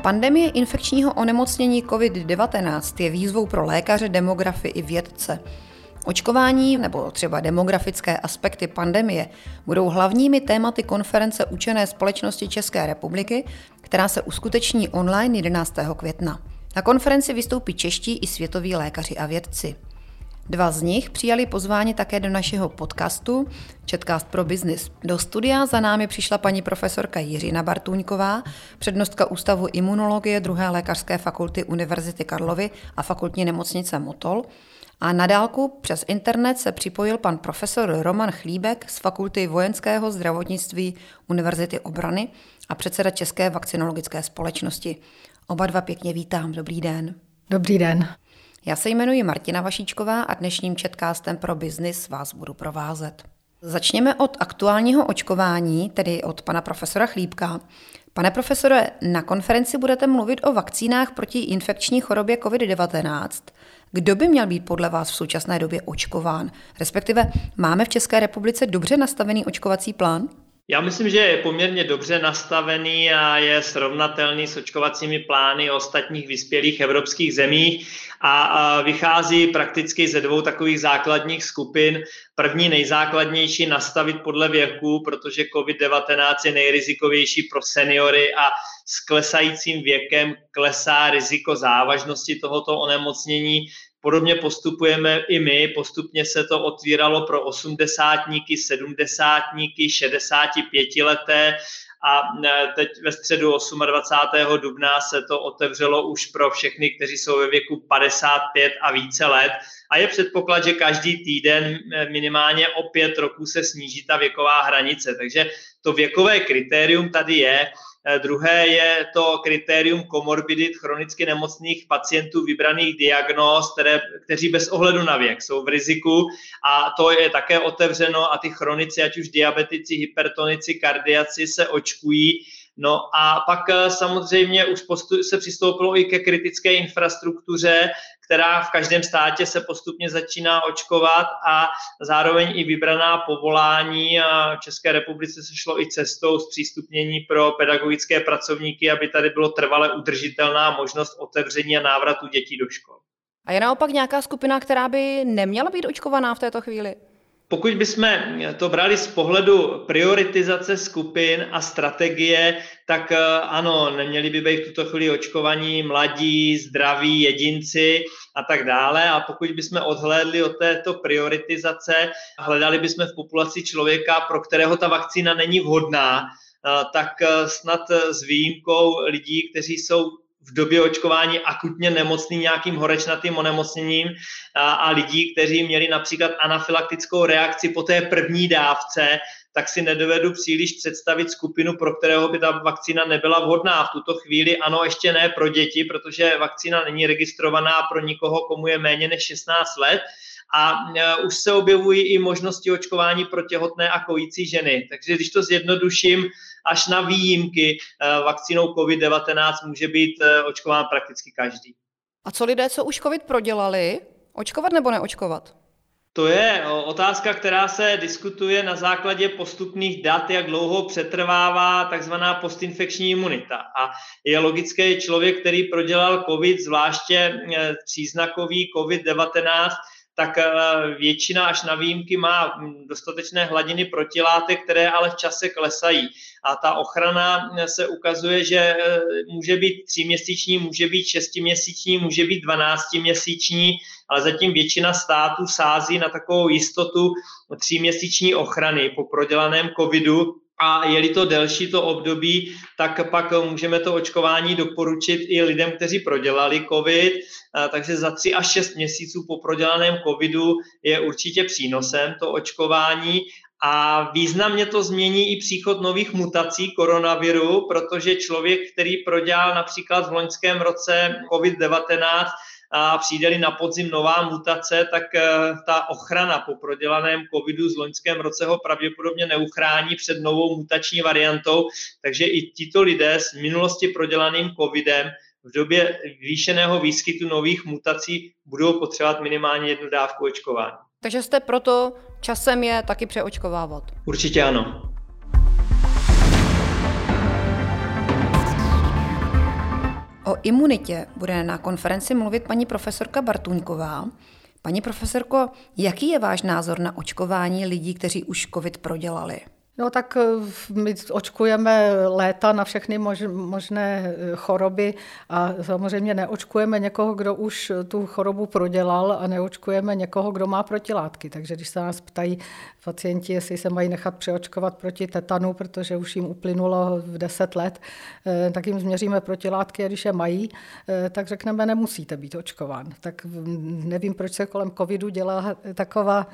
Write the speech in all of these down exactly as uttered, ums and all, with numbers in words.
Pandemie infekčního onemocnění covid devatenáct je výzvou pro lékaře, demografy i vědce. Očkování nebo třeba demografické aspekty pandemie budou hlavními tématy konference Učené společnosti České republiky, která se uskuteční online jedenáctého května. Na konferenci vystoupí čeští i světoví lékaři a vědci. Dva z nich přijali pozvání také do našeho podcastu Chatcast pro business. Do studia za námi přišla paní profesorka Jiřina Bartůňková, přednostka Ústavu imunologie druhé lékařské fakulty Univerzity Karlovy a fakultní nemocnice Motol. A na dálku přes internet se připojil pan profesor Roman Chlíbek z Fakulty vojenského zdravotnictví Univerzity obrany a předseda České vakcinologické společnosti. Oba dva pěkně vítám. Dobrý den. Dobrý den. Já se jmenuji Martina Vašíčková a dnešním Chatcastem pro business vás budu provázet. Začněme od aktuálního očkování, tedy od pana profesora Chlíbka. Pane profesore, na konferenci budete mluvit o vakcínách proti infekční chorobě covid devatenáct. Kdo by měl být podle vás v současné době očkován? Respektive máme v České republice dobře nastavený očkovací plán? Já myslím, že je poměrně dobře nastavený a je srovnatelný s očkovacími plány ostatních vyspělých evropských zemích a vychází prakticky ze dvou takových základních skupin. První nejzákladnější nastavit podle věku, protože covid devatenáct je nejrizikovější pro seniory a s klesajícím věkem klesá riziko závažnosti tohoto onemocnění. Podobně postupujeme i my, postupně se to otvíralo pro osmdesátníky, sedmdesátníky, šedesátipětileté a teď ve středu dvacátého osmého dubna se to otevřelo už pro všechny, kteří jsou ve věku padesát pět a více let. A je předpoklad, že každý týden minimálně o pět roků se sníží ta věková hranice. Takže to věkové kritérium tady je. Druhé je to kritérium komorbidit chronicky nemocných pacientů vybraných diagnóz, které, kteří bez ohledu na věk jsou v riziku a to je také otevřeno a ty chronici, ať už diabetici, hypertonici, kardiaci se očkují. No a pak samozřejmě už postup, se přistoupilo i ke kritické infrastruktuře, která v každém státě se postupně začíná očkovat a zároveň i vybraná povolání a v České republice se šlo i cestou zpřístupnění pro pedagogické pracovníky, aby tady bylo trvale udržitelná možnost otevření a návratu dětí do škol. A je naopak nějaká skupina, která by neměla být očkovaná v této chvíli? Pokud bychom to brali z pohledu prioritizace skupin a strategie, tak ano, neměli by být v tuto chvíli očkovaní mladí, zdraví jedinci a tak dále. A pokud bychom odhlédli od této prioritizace, hledali bychom v populaci člověka, pro kterého ta vakcína není vhodná, tak snad s výjimkou lidí, kteří jsou v době očkování akutně nemocný nějakým horečnatým onemocněním a, a lidí, kteří měli například anafylaktickou reakci po té první dávce, tak si nedovedu příliš představit skupinu, pro kterého by ta vakcína nebyla vhodná. V tuto chvíli ano, ještě ne pro děti, protože vakcína není registrovaná pro nikoho, komu je méně než šestnáct let. A už se objevují i možnosti očkování pro těhotné a kojící ženy. Takže když to zjednoduším, až na výjimky vakcínou covid devatenáct může být očkován prakticky každý. A co lidé, co už covid prodělali, očkovat nebo neočkovat? To je otázka, která se diskutuje na základě postupných dat, jak dlouho přetrvává takzvaná postinfekční imunita. A je logické, že člověk, který prodělal covid, zvláště příznakový covid devatenáct, tak většina až na výjimky má dostatečné hladiny protilátek, které ale v čase klesají. A ta ochrana se ukazuje, že může být tříměsíční, může být šestiměsíční, může být dvanáctiměsíční, ale zatím většina států sází na takovou jistotu tříměsíční ochrany po prodělaném covidu. A je-li to delší to období, tak pak můžeme to očkování doporučit i lidem, kteří prodělali covid, takže za tři až šest měsíců po prodělaném covidu je určitě přínosem to očkování a významně to změní i příchod nových mutací koronaviru, protože člověk, který prodělal například v loňském roce covid devatenáct, a přijde-li na podzim nová mutace, tak ta ochrana po prodělaném covidu z loňském roce ho pravděpodobně neuchrání před novou mutační variantou, takže i tito lidé s minulosti prodělaným covidem v době zvýšeného výskytu nových mutací budou potřebovat minimálně jednu dávku očkování. Takže jste proto časem je taky přeočkovávat? Určitě ano. O imunitě bude na konferenci mluvit paní profesorka Bartůňková. Paní profesorko, jaký je váš názor na očkování lidí, kteří už covid prodělali? No tak my očkujeme léta na všechny možné choroby a samozřejmě neočkujeme někoho, kdo už tu chorobu prodělal a neočkujeme někoho, kdo má protilátky. Takže když se nás ptají pacienti, jestli se mají nechat přeočkovat proti tetanu, protože už jim uplynulo v deset let, tak jim změříme protilátky a když je mají, tak řekneme, nemusíte být očkován. Tak nevím, proč se kolem covidu dělá taková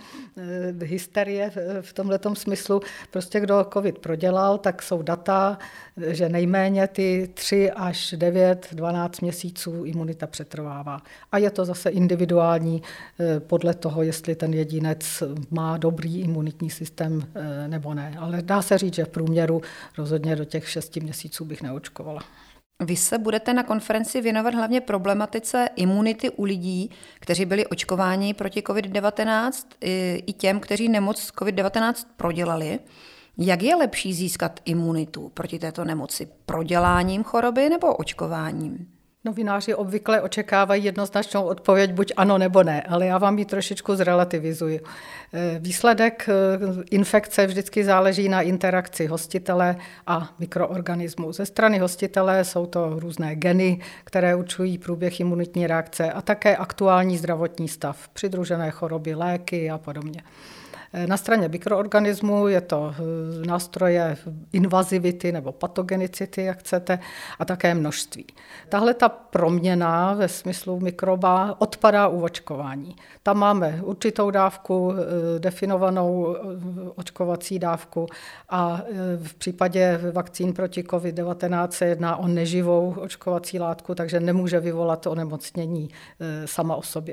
hysterie v tomhletom smyslu. Prostě kdo covid prodělal, tak jsou data, že nejméně ty tři až devět, dvanáct měsíců imunita přetrvává. A je to zase individuální podle toho, jestli ten jedinec má dobrý imunitní systém nebo ne. Ale dá se říct, že v průměru rozhodně do těch šesti měsíců bych neočkovala. Vy se budete na konferenci věnovat hlavně problematice imunity u lidí, kteří byli očkováni proti covid devatenáct, i těm, kteří nemoc covid devatenáct prodělali. Jak je lepší získat imunitu proti této nemoci? Proděláním choroby nebo očkováním? Novináři obvykle očekávají jednoznačnou odpověď buď ano nebo ne, ale já vám ji trošičku zrelativizuji. Výsledek infekce vždycky záleží na interakci hostitele a mikroorganismu. Ze strany hostitele jsou to různé geny, které určují průběh imunitní reakce a také aktuální zdravotní stav, přidružené choroby, léky a podobně. Na straně mikroorganismu je to nástroje invazivity nebo patogenicity, jak chcete, a také množství. Tahle ta proměna ve smyslu mikroba odpadá u očkování. Tam máme určitou dávku, definovanou očkovací dávku a v případě vakcín proti covid devatenáct se jedná o neživou očkovací látku, takže nemůže vyvolat onemocnění sama o sobě.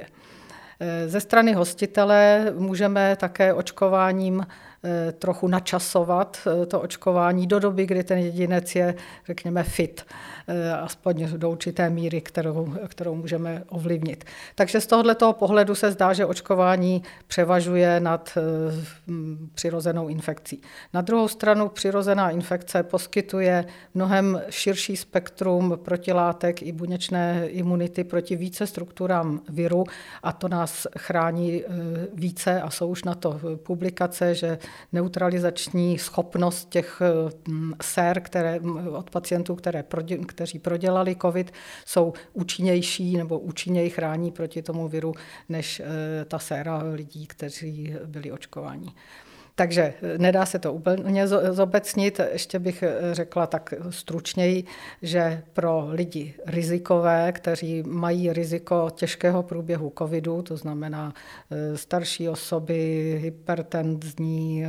Ze strany hostitele můžeme také očkováním trochu načasovat to očkování do doby, kdy ten jedinec je, řekněme, fit, aspoň do určité míry, kterou, kterou můžeme ovlivnit. Takže z tohoto pohledu se zdá, že očkování převažuje nad přirozenou infekcí. Na druhou stranu přirozená infekce poskytuje mnohem širší spektrum protilátek i buněčné imunity proti více strukturám viru a to nás chrání více a jsou už na to publikace, že neutralizační schopnost těch sér, které, od pacientů, které, kteří prodělali covid, jsou účinnější nebo účinněji chrání proti tomu viru, než ta séra lidí, kteří byli očkováni. Takže nedá se to úplně zobecnit. Ještě bych řekla tak stručněji, že pro lidi rizikové, kteří mají riziko těžkého průběhu covidu, to znamená starší osoby, hypertenzní,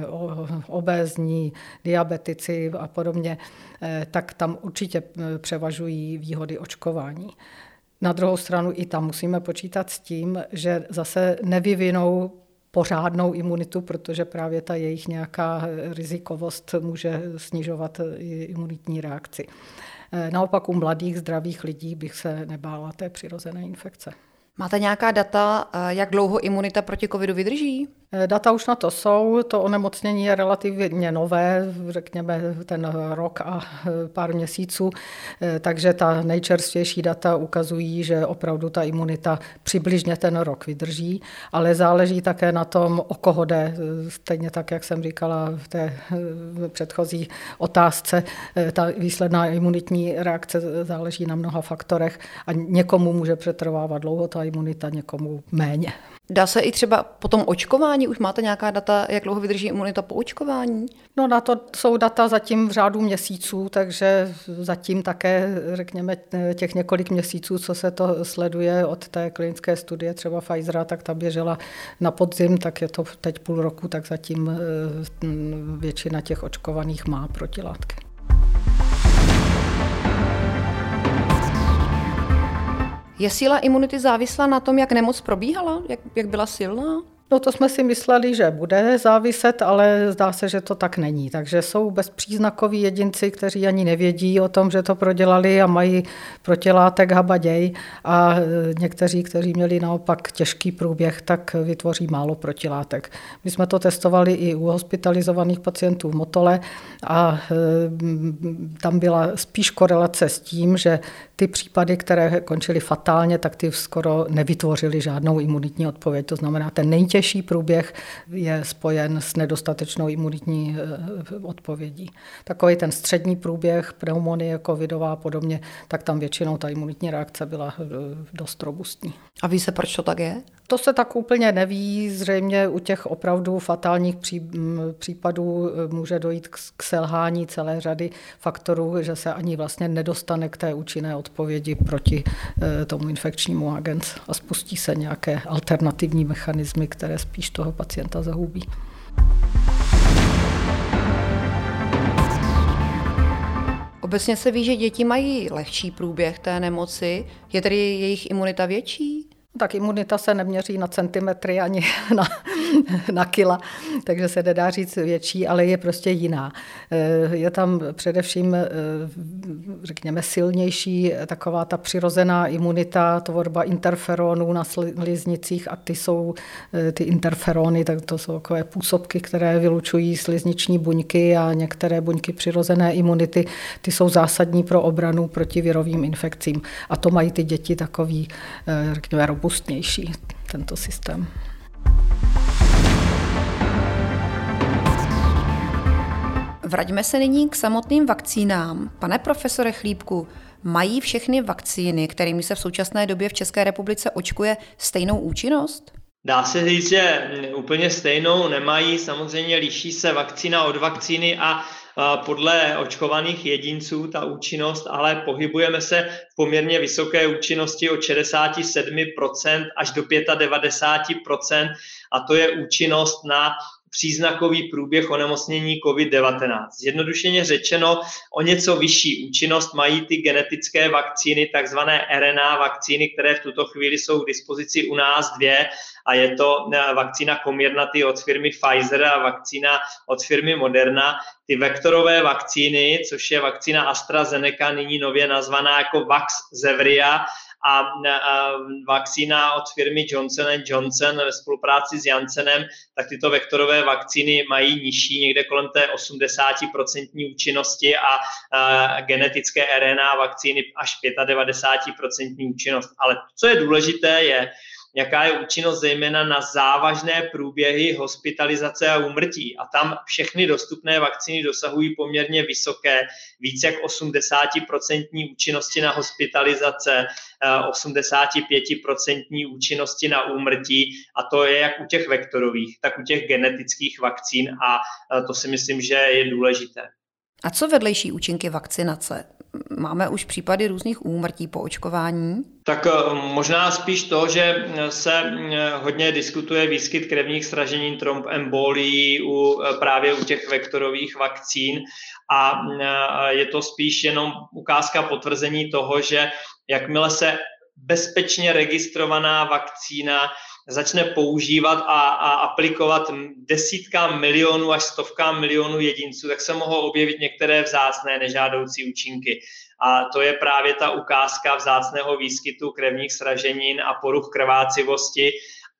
obézní, diabetici a podobně, tak tam určitě převažují výhody očkování. Na druhou stranu i tam musíme počítat s tím, že zase nevyvinou pořádnou imunitu, protože právě ta jejich nějaká rizikovost může snižovat imunitní reakci. Naopak u mladých, zdravých lidí bych se nebála té přirozené infekce. Máte nějaká data, jak dlouho imunita proti covidu vydrží? Data už na to jsou, to onemocnění je relativně nové, řekněme ten rok a pár měsíců, takže ta nejčerstvější data ukazují, že opravdu ta imunita přibližně ten rok vydrží, ale záleží také na tom, o koho jde, stejně tak, jak jsem říkala v té předchozí otázce, ta výsledná imunitní reakce záleží na mnoha faktorech a někomu může přetrvávat dlouho ta imunita, někomu méně. Dá se i třeba po tom očkování, už máte nějaká data, jak dlouho vydrží imunita po očkování? No na to jsou data zatím v řádu měsíců, takže zatím také, řekněme, těch několik měsíců, co se to sleduje od té klinické studie třeba Pfizera, tak ta běžela na podzim, tak je to teď půl roku, tak zatím většina těch očkovaných má protilátky. Je síla imunity závislá na tom, jak nemoc probíhala? Jak, jak byla silná? No to jsme si mysleli, že bude záviset, ale zdá se, že to tak není. Takže jsou bezpříznakoví jedinci, kteří ani nevědí o tom, že to prodělali a mají protilátek habaděj a někteří, kteří měli naopak těžký průběh, tak vytvoří málo protilátek. My jsme to testovali i u hospitalizovaných pacientů v Motole a tam byla spíš korelace s tím, že ty případy, které končily fatálně, tak ty skoro nevytvořily žádnou imunitní odpověď. To znamená, ten nejtěžší průběh je spojen s nedostatečnou imunitní odpovědí. Takový ten střední průběh, pneumonie, covidová a podobně, tak tam většinou ta imunitní reakce byla dost robustní. A ví se, proč to tak je? To se tak úplně neví. Zřejmě u těch opravdu fatálních pří, případů může dojít k, k selhání celé řady faktorů, že se ani vlastně nedostane k té účinné odpovědi proti e, tomu infekčnímu agentu a spustí se nějaké alternativní mechanismy, které spíš toho pacienta zahubí. Obecně se ví, že děti mají lehčí průběh té nemoci. Je tedy jejich imunita větší? Tak imunita se neměří na centimetry ani na, na kila, takže se nedá říct větší, ale je prostě jiná. Je tam především, řekněme, silnější taková ta přirozená imunita, tvorba interferonů na sliznicích a ty jsou ty interferony, tak to jsou takové působky, které vylučují slizniční buňky a některé buňky přirozené imunity, ty jsou zásadní pro obranu proti virovým infekcím. A to mají ty děti takový, řekněme, robustnější, tento systém. Vraťme se nyní k samotným vakcínám. Pane profesore Chlípku, mají všechny vakcíny, kterými se v současné době v České republice očkuje, stejnou účinnost? Dá se říct, že úplně stejnou nemají. Samozřejmě liší se vakcína od vakcíny a podle očkovaných jedinců ta účinnost, ale pohybujeme se v poměrně vysoké účinnosti od šedesát sedm procent až do devadesát pět procent a to je účinnost na příznakový průběh onemocnění covid devatenáct. Zjednodušeně řečeno, o něco vyšší účinnost mají ty genetické vakcíny, takzvané R N A vakcíny, které v tuto chvíli jsou k dispozici u nás dvě, a je to vakcína Comirnaty od firmy Pfizer a vakcína od firmy Moderna. Ty vektorové vakcíny, což je vakcína AstraZeneca, nyní nově nazvaná jako Vaxzevria, a vakcína od firmy Johnson and Johnson ve spolupráci s Janssenem, tak tyto vektorové vakcíny mají nižší, někde kolem té osmdesát procent účinnosti a, a genetické R N A vakcíny až devadesát pět procent účinnost. Ale co je důležité je, jaká je účinnost zejména na závažné průběhy hospitalizace a úmrtí. A tam všechny dostupné vakcíny dosahují poměrně vysoké, více jak osmdesát procent účinnosti na hospitalizace, osmdesát pět procent účinnosti na úmrtí, a to je jak u těch vektorových, tak u těch genetických vakcín, a to si myslím, že je důležité. A co vedlejší účinky vakcinace? Máme už případy různých úmrtí po očkování? Tak možná spíš to, že se hodně diskutuje výskyt krevních sraženin, trombembolií u, právě u těch vektorových vakcín, a je to spíš jenom ukázka potvrzení toho, že jakmile se bezpečně registrovaná vakcína začne používat a, a aplikovat desítkám milionů až stovkám milionů jedinců, tak se mohou objevit některé vzácné nežádoucí účinky. A to je právě ta ukázka vzácného výskytu krevních sraženin a poruch krvácivosti.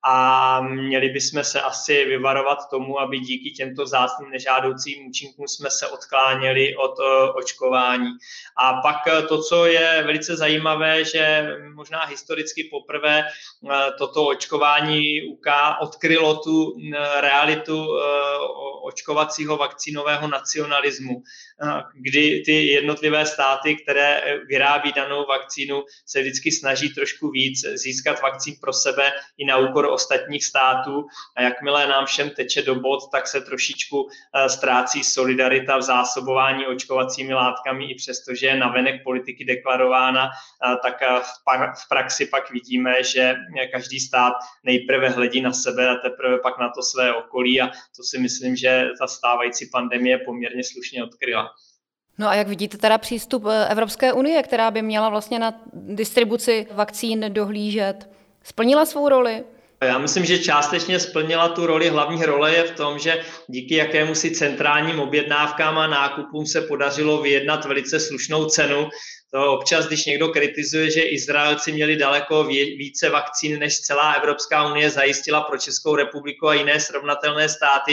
A měli bychom se asi vyvarovat tomu, aby díky těmto vzácným nežádoucím účinkům jsme se odkláněli od očkování. A pak to, co je velice zajímavé, že možná historicky poprvé toto očkování odkrylo tu realitu očkovacího vakcínového nacionalismu, kdy ty jednotlivé státy, které vyrábí danou vakcínu, se vždycky snaží trošku víc získat vakcín pro sebe i na úkor ostatních států, a jakmile nám všem teče do bod, tak se trošičku ztrácí solidarita v zásobování očkovacími látkami, i přesto, že je navenek politiky deklarována, tak v praxi pak vidíme, že každý stát nejprve hledí na sebe a teprve pak na to své okolí, a to si myslím, že ta stávající pandemie poměrně slušně odkryla. No a jak vidíte teda přístup Evropské unie, která by měla vlastně na distribuci vakcín dohlížet, splnila svou roli? Já myslím, že částečně splnila tu roli. Hlavní role je v tom, že díky jakémusi centrálním objednávkám a nákupům se podařilo vyjednat velice slušnou cenu. To občas, když někdo kritizuje, že Izraelci měli daleko více vakcín, než celá Evropská unie zajistila pro Českou republiku a jiné srovnatelné státy,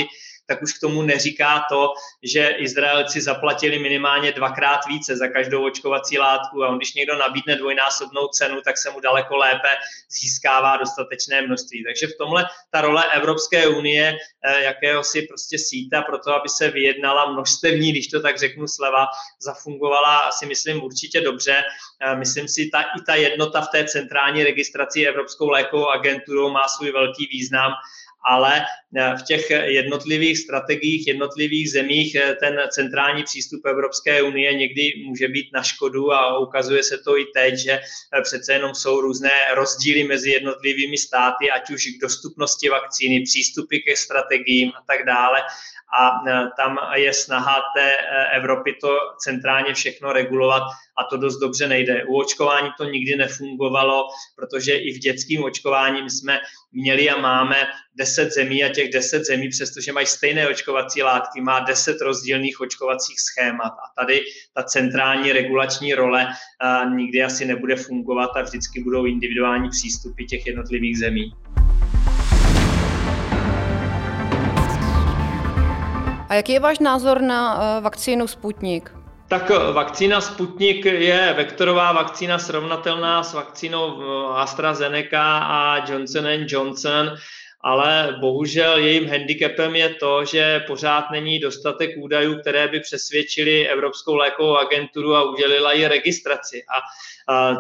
tak už k tomu neříká to, že Izraelci zaplatili minimálně dvakrát více za každou očkovací látku a on, když někdo nabídne dvojnásobnou cenu, tak se mu daleko lépe získává dostatečné množství. Takže v tomhle ta role Evropské unie, jakéhosi prostě síta pro to, aby se vyjednala množstevní, když to tak řeknu sleva, zafungovala asi myslím určitě dobře. Myslím si, ta, i ta jednota v té centrální registraci Evropskou lékovou agenturou má svůj velký význam, ale v těch jednotlivých strategiích, jednotlivých zemích ten centrální přístup Evropské unie někdy může být na škodu a ukazuje se to i teď, že přece jenom jsou různé rozdíly mezi jednotlivými státy, ať už k dostupnosti vakcíny, přístupy ke strategiím a tak dále. A tam je snaha té Evropy to centrálně všechno regulovat a to dost dobře nejde. U očkování to nikdy nefungovalo, protože i v dětském očkování jsme měli a máme deset zemí a těch deset zemí, přestože mají stejné očkovací látky, má deset rozdílných očkovacích schémat. A tady ta centrální regulační role nikdy asi nebude fungovat a vždycky budou individuální přístupy těch jednotlivých zemí. A jaký je váš názor na vakcínu Sputnik? Tak vakcína Sputnik je vektorová vakcína srovnatelná s vakcínou AstraZeneca a Johnson and Johnson, ale bohužel jejím handicapem je to, že pořád není dostatek údajů, které by přesvědčily Evropskou lékovou agenturu a udělila jí registraci. A, a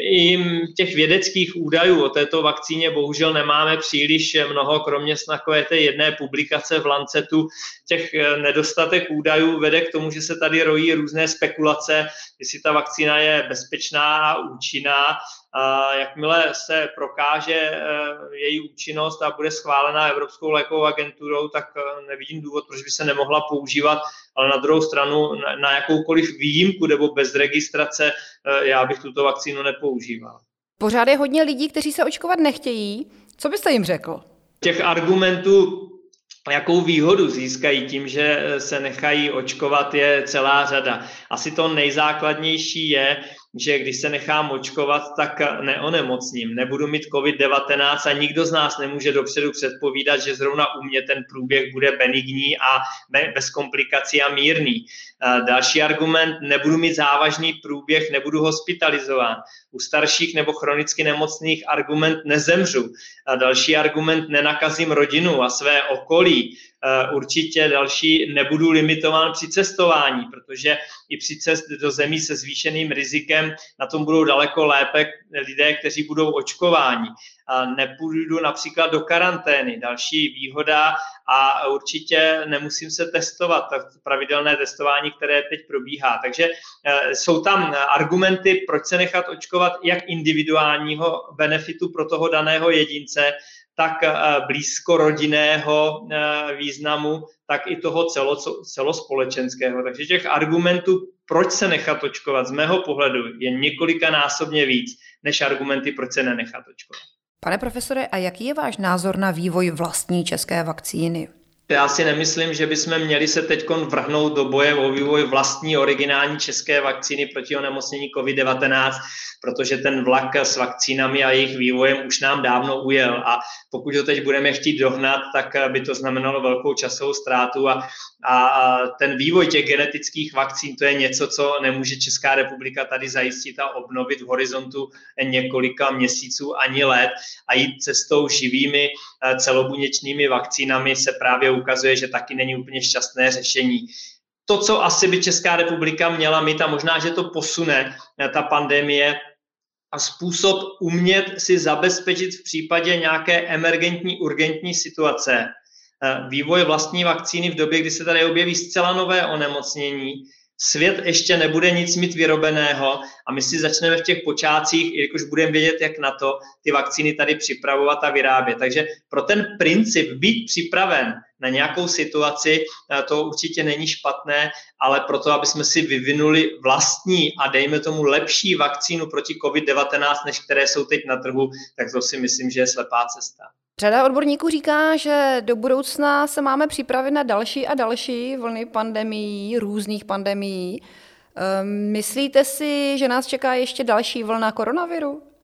i těch vědeckých údajů o této vakcíně bohužel nemáme příliš mnoho, kromě takové té jedné publikace v Lancetu. Těch nedostatek údajů vede k tomu, že se tady rojí různé spekulace, jestli ta vakcína je bezpečná a účinná. A jakmile se prokáže její účinnost a bude schválená Evropskou lékovou agenturou, tak nevidím důvod, proč by se nemohla používat, ale na druhou stranu na jakoukoliv výjimku nebo bez registrace já bych tuto vakcínu nepoužíval. Pořád je hodně lidí, kteří se očkovat nechtějí. Co byste jim řekl? Těch argumentů, jakou výhodu získají tím, že se nechají očkovat, je celá řada. Asi to nejzákladnější je, že když se nechám očkovat, tak neonemocním, nebudu mít covid devatenáct a nikdo z nás nemůže dopředu předpovídat, že zrovna u mě ten průběh bude benigní a bez komplikací a mírný. Další argument, nebudu mít závažný průběh, nebudu hospitalizován. U starších nebo chronicky nemocných argument nezemřu. Další argument, nenakazím rodinu a své okolí. Určitě další, nebudu limitován při cestování, protože i při cest do zemí se zvýšeným rizikem na tom budou daleko lépe lidé, kteří budou očkováni. Nepůjdu například do karantény, další výhoda a určitě nemusím se testovat, tak pravidelné testování, které teď probíhá. Takže jsou tam argumenty, proč se nechat očkovat, jak individuálního benefitu pro toho daného jedince, tak blízko rodinného významu, tak i toho celo, celospolečenského. Takže těch argumentů, proč se nechat očkovat, z mého pohledu je několikanásobně víc, než argumenty, proč se nenechat očkovat. Pane profesore, a jaký je váš názor na vývoj vlastní české vakcíny? Já si nemyslím, že bychom měli se teď vrhnout do boje o vývoj vlastní originální české vakcíny proti onemocnění covid devatenáct, protože ten vlak s vakcínami a jejich vývojem už nám dávno ujel a pokud ho teď budeme chtít dohnat, tak by to znamenalo velkou časovou ztrátu a, a ten vývoj těch genetických vakcín, to je něco, co nemůže Česká republika tady zajistit a obnovit v horizontu několika měsíců ani let a jít cestou živými celobuněčnými vakcínami se právě ukazuje, že taky není úplně šťastné řešení. To, co asi by Česká republika měla mít, a možná, že to posune ta pandemie, a způsob umět si zabezpečit v případě nějaké emergentní, urgentní situace vývoj vlastní vakcíny v době, kdy se tady objeví zcela nové onemocnění. Svět ještě nebude nic mít vyrobeného a my si začneme v těch počátcích, jelikož budeme vědět, jak na to, ty vakcíny tady připravovat a vyrábět. Takže pro ten princip být připraven na nějakou situaci, to určitě není špatné, ale proto, aby jsme si vyvinuli vlastní a dejme tomu lepší vakcínu proti covid devatenáct, než které jsou teď na trhu, tak to si myslím, že je slepá cesta. Řada odborníků říká, že do budoucna se máme připravit na další a další vlny pandemií, různých pandemií. Myslíte si, že nás čeká ještě další vlna koronaviru?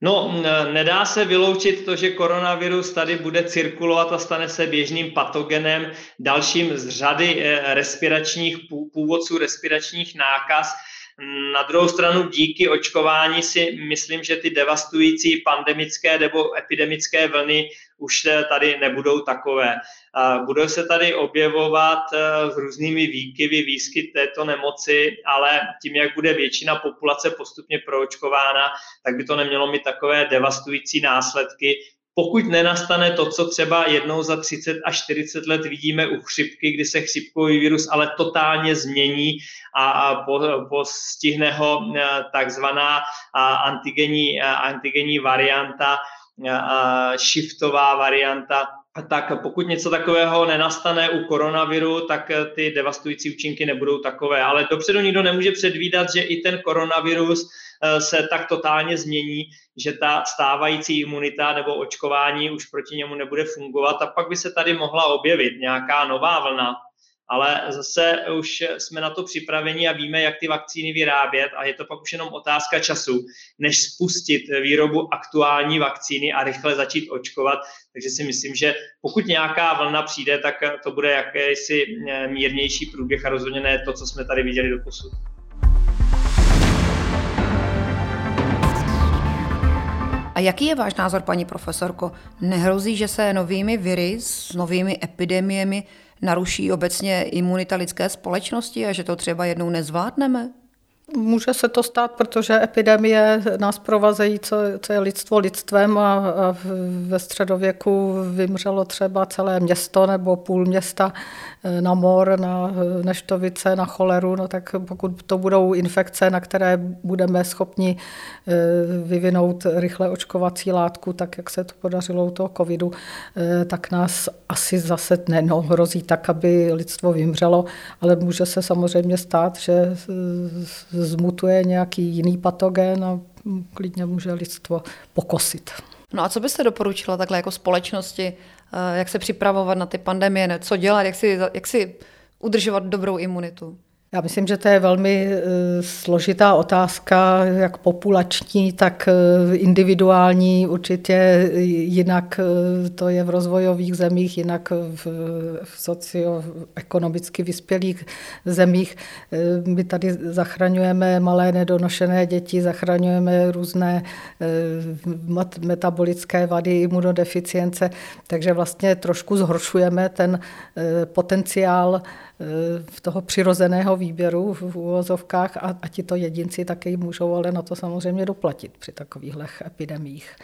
No, nedá se vyloučit to, že koronavirus tady bude cirkulovat a stane se běžným patogenem, dalším z řady respiračních původců respiračních nákaz. Na druhou stranu díky očkování si myslím, že ty devastující pandemické nebo epidemické vlny už tady nebudou takové. Budou se tady objevovat různými výkyvy, výskyt této nemoci, ale tím, jak bude většina populace postupně proočkována, tak by to nemělo mít takové devastující následky. Pokud nenastane to, co třeba jednou za třicet až čtyřicet let vidíme u chřipky, kdy se chřipkový virus ale totálně změní a postihne ho takzvaná antigenní, antigenní varianta, shiftová varianta, tak pokud něco takového nenastane u koronaviru, tak ty devastující účinky nebudou takové. Ale dopředu nikdo nemůže předvídat, že i ten koronavirus se tak totálně změní, že ta stávající imunita nebo očkování už proti němu nebude fungovat a pak by se tady mohla objevit nějaká nová vlna. Ale zase už jsme na to připraveni a víme, jak ty vakcíny vyrábět a je to pak už jenom otázka času, než spustit výrobu aktuální vakcíny a rychle začít očkovat. Takže si myslím, že pokud nějaká vlna přijde, tak to bude jakýsi mírnější průběh a rozhodně ne to, co jsme tady viděli doposud. A jaký je váš názor, paní profesorko? Nehrozí, že se novými viry s novými epidemiemi naruší obecně imunita lidské společnosti a že to třeba jednou nezvládneme? Může se to stát, protože epidemie nás provazejí, co, co je lidstvo lidstvem a, a ve středověku vymřelo třeba celé město nebo půl města na mor, na neštovice, na choleru, no tak pokud to budou infekce, na které budeme schopni vyvinout rychle očkovací látku, tak jak se to podařilo u toho covidu, tak nás asi zase nehrozí tak, aby lidstvo vymřelo, ale může se samozřejmě stát, že zmutuje nějaký jiný patogen a klidně může lidstvo pokosit. No a co byste doporučila takhle jako společnosti, jak se připravovat na ty pandemie, co dělat, jak si, jak si udržovat dobrou imunitu? Já myslím, že to je velmi složitá otázka, jak populační, tak individuální. Určitě jinak to je v rozvojových zemích, jinak v socioekonomicky vyspělých zemích. My tady zachraňujeme malé nedonošené děti, zachraňujeme různé metabolické vady, imunodeficience, takže vlastně trošku zhoršujeme ten potenciál v toho přirozeného výběru v uvozovkách a, a tito jedinci taky můžou ale na to samozřejmě doplatit při takovýchto epidemiích.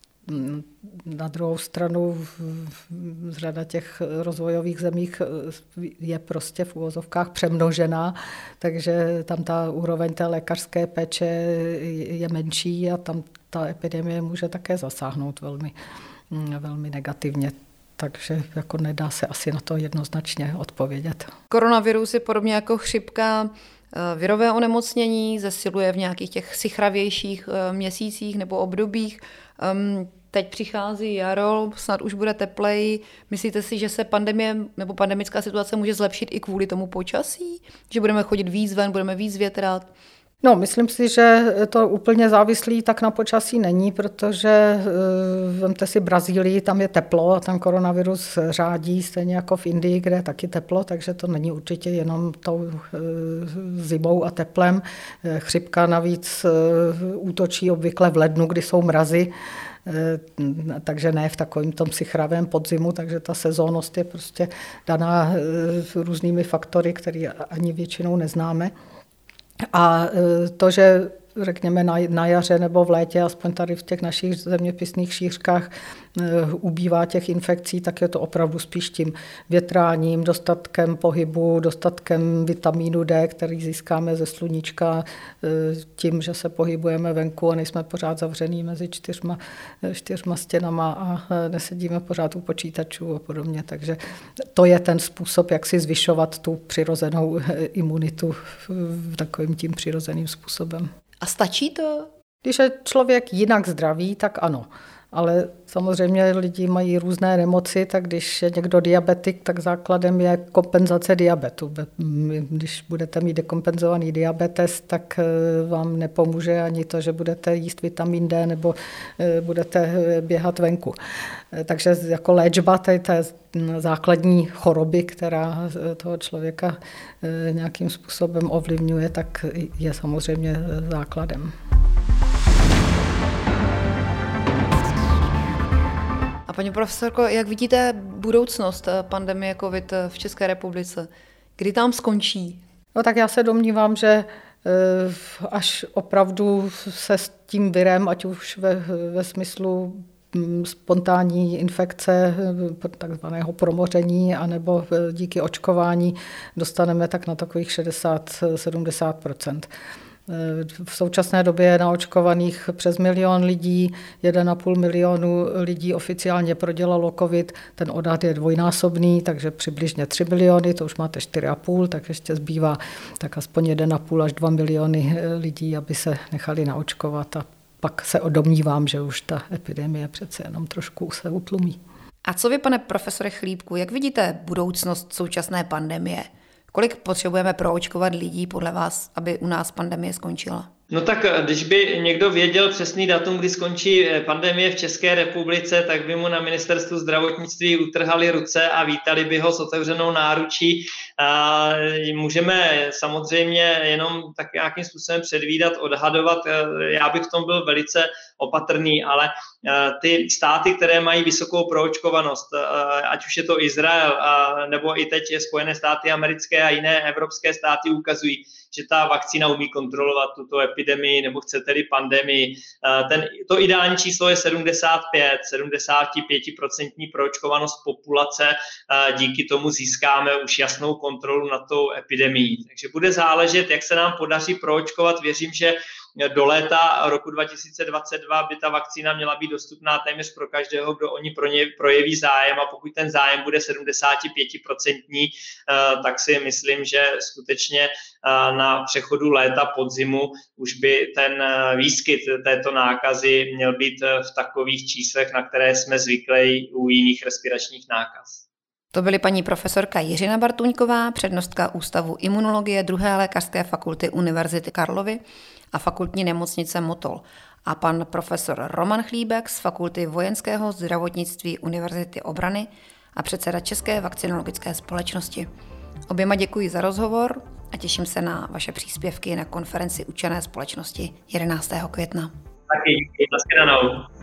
Na druhou stranu řada těch rozvojových zemích je prostě v uvozovkách přemnožená, takže tam ta úroveň té lékařské péče je menší a tam ta epidemie může také zasáhnout velmi, velmi negativně. Takže jako nedá se asi na to jednoznačně odpovědět. Koronavirus je podobně jako chřipka virové onemocnění, zesiluje v nějakých těch sichravějších měsících nebo obdobích. Teď přichází jaro, snad už bude tepleji. Myslíte si, že se pandemie nebo pandemická situace může zlepšit i kvůli tomu počasí? Že budeme chodit víc ven, budeme víc větrat? No, myslím si, že to úplně závislý tak na počasí není, protože vemte si Brazílii, tam je teplo a tam koronavirus řádí, stejně jako v Indii, kde je taky teplo, takže to není určitě jenom tou zimou a teplem. Chřipka navíc útočí obvykle v lednu, kdy jsou mrazy, takže ne v takovém tom sichravém podzimu, takže ta sezónnost je prostě daná různými faktory, které ani většinou neznáme. A to, že řekněme na, na jaře nebo v létě, aspoň tady v těch našich zeměpisných šířkách ubývá těch infekcí, tak je to opravdu spíš tím větráním, dostatkem pohybu, dostatkem vitamínu D, který získáme ze sluníčka, tím, že se pohybujeme venku a nejsme pořád zavřený mezi čtyřma, čtyřma stěnama a nesedíme pořád u počítačů a podobně. Takže to je ten způsob, jak si zvyšovat tu přirozenou imunitu takovým tím přirozeným způsobem. A stačí to? Když je člověk jinak zdravý, tak ano. Ale samozřejmě lidi mají různé nemoci, tak když je někdo diabetik, tak základem je kompenzace diabetu. Když budete mít dekompenzovaný diabetes, tak vám nepomůže ani to, že budete jíst vitamin D nebo budete běhat venku. Takže jako léčba té, té základní choroby, která toho člověka nějakým způsobem ovlivňuje, tak je samozřejmě základem. A paní profesorko, jak vidíte budoucnost pandemie COVID v České republice? Kdy tam skončí? No tak já se domnívám, že až opravdu se s tím virem, ať už ve, ve smyslu spontánní infekce, takzvaného promoření, anebo díky očkování dostaneme tak na takových šedesát až sedmdesát procent. V současné době je naočkovaných přes milion lidí, jeden a půl milionu lidí oficiálně prodělalo covid, ten odhad je dvojnásobný, takže přibližně tři miliony, to už máte čtyři a půl, tak ještě zbývá tak aspoň jeden a půl až dva miliony lidí, aby se nechali naočkovat, a pak se domnívám, že už ta epidemie přece jenom trošku se utlumí. A co vy, pane profesore Chlípku, jak vidíte budoucnost současné pandemie? Kolik potřebujeme proočkovat lidí podle vás, aby u nás pandemie skončila? No tak když by někdo věděl přesný datum, kdy skončí pandemie v České republice, tak by mu na ministerstvu zdravotnictví utrhali ruce a vítali by ho s otevřenou náručí. A můžeme samozřejmě jenom tak nějakým způsobem předvídat, odhadovat. Já bych v tom byl velice opatrný, ale ty státy, které mají vysokou proočkovanost, ať už je to Izrael, nebo i teď Spojené státy americké a jiné evropské státy, ukazují, že ta vakcína umí kontrolovat tuto epidemii, nebo chcete-li pandemii. Ten, to ideální číslo je sedmdesát pět, sedmdesát pět procent proočkovanost populace. Díky tomu získáme už jasnou kontrolu nad tou epidemií. Takže bude záležet, jak se nám podaří proočkovat. Věřím, že do léta roku dva tisíce dvacet dva by ta vakcína měla být dostupná téměř pro každého, kdo o ní pro ně projeví zájem, a pokud ten zájem bude sedmdesát pět procent, tak si myslím, že skutečně na přechodu léta podzimu už by ten výskyt této nákazy měl být v takových číslech, na které jsme zvyklí u jiných respiračních nákaz. To byly paní profesorka Jiřina Bartuňková, přednostka Ústavu imunologie druhé lékařské fakulty Univerzity Karlovy a fakultní nemocnice Motol, a pan profesor Roman Chlíbek z Fakulty vojenského zdravotnictví Univerzity obrany a předseda České vakcinologické společnosti. Oběma děkuji za rozhovor a těším se na vaše příspěvky na konferenci Učené společnosti jedenáctého května. Taky díky, nashledanou.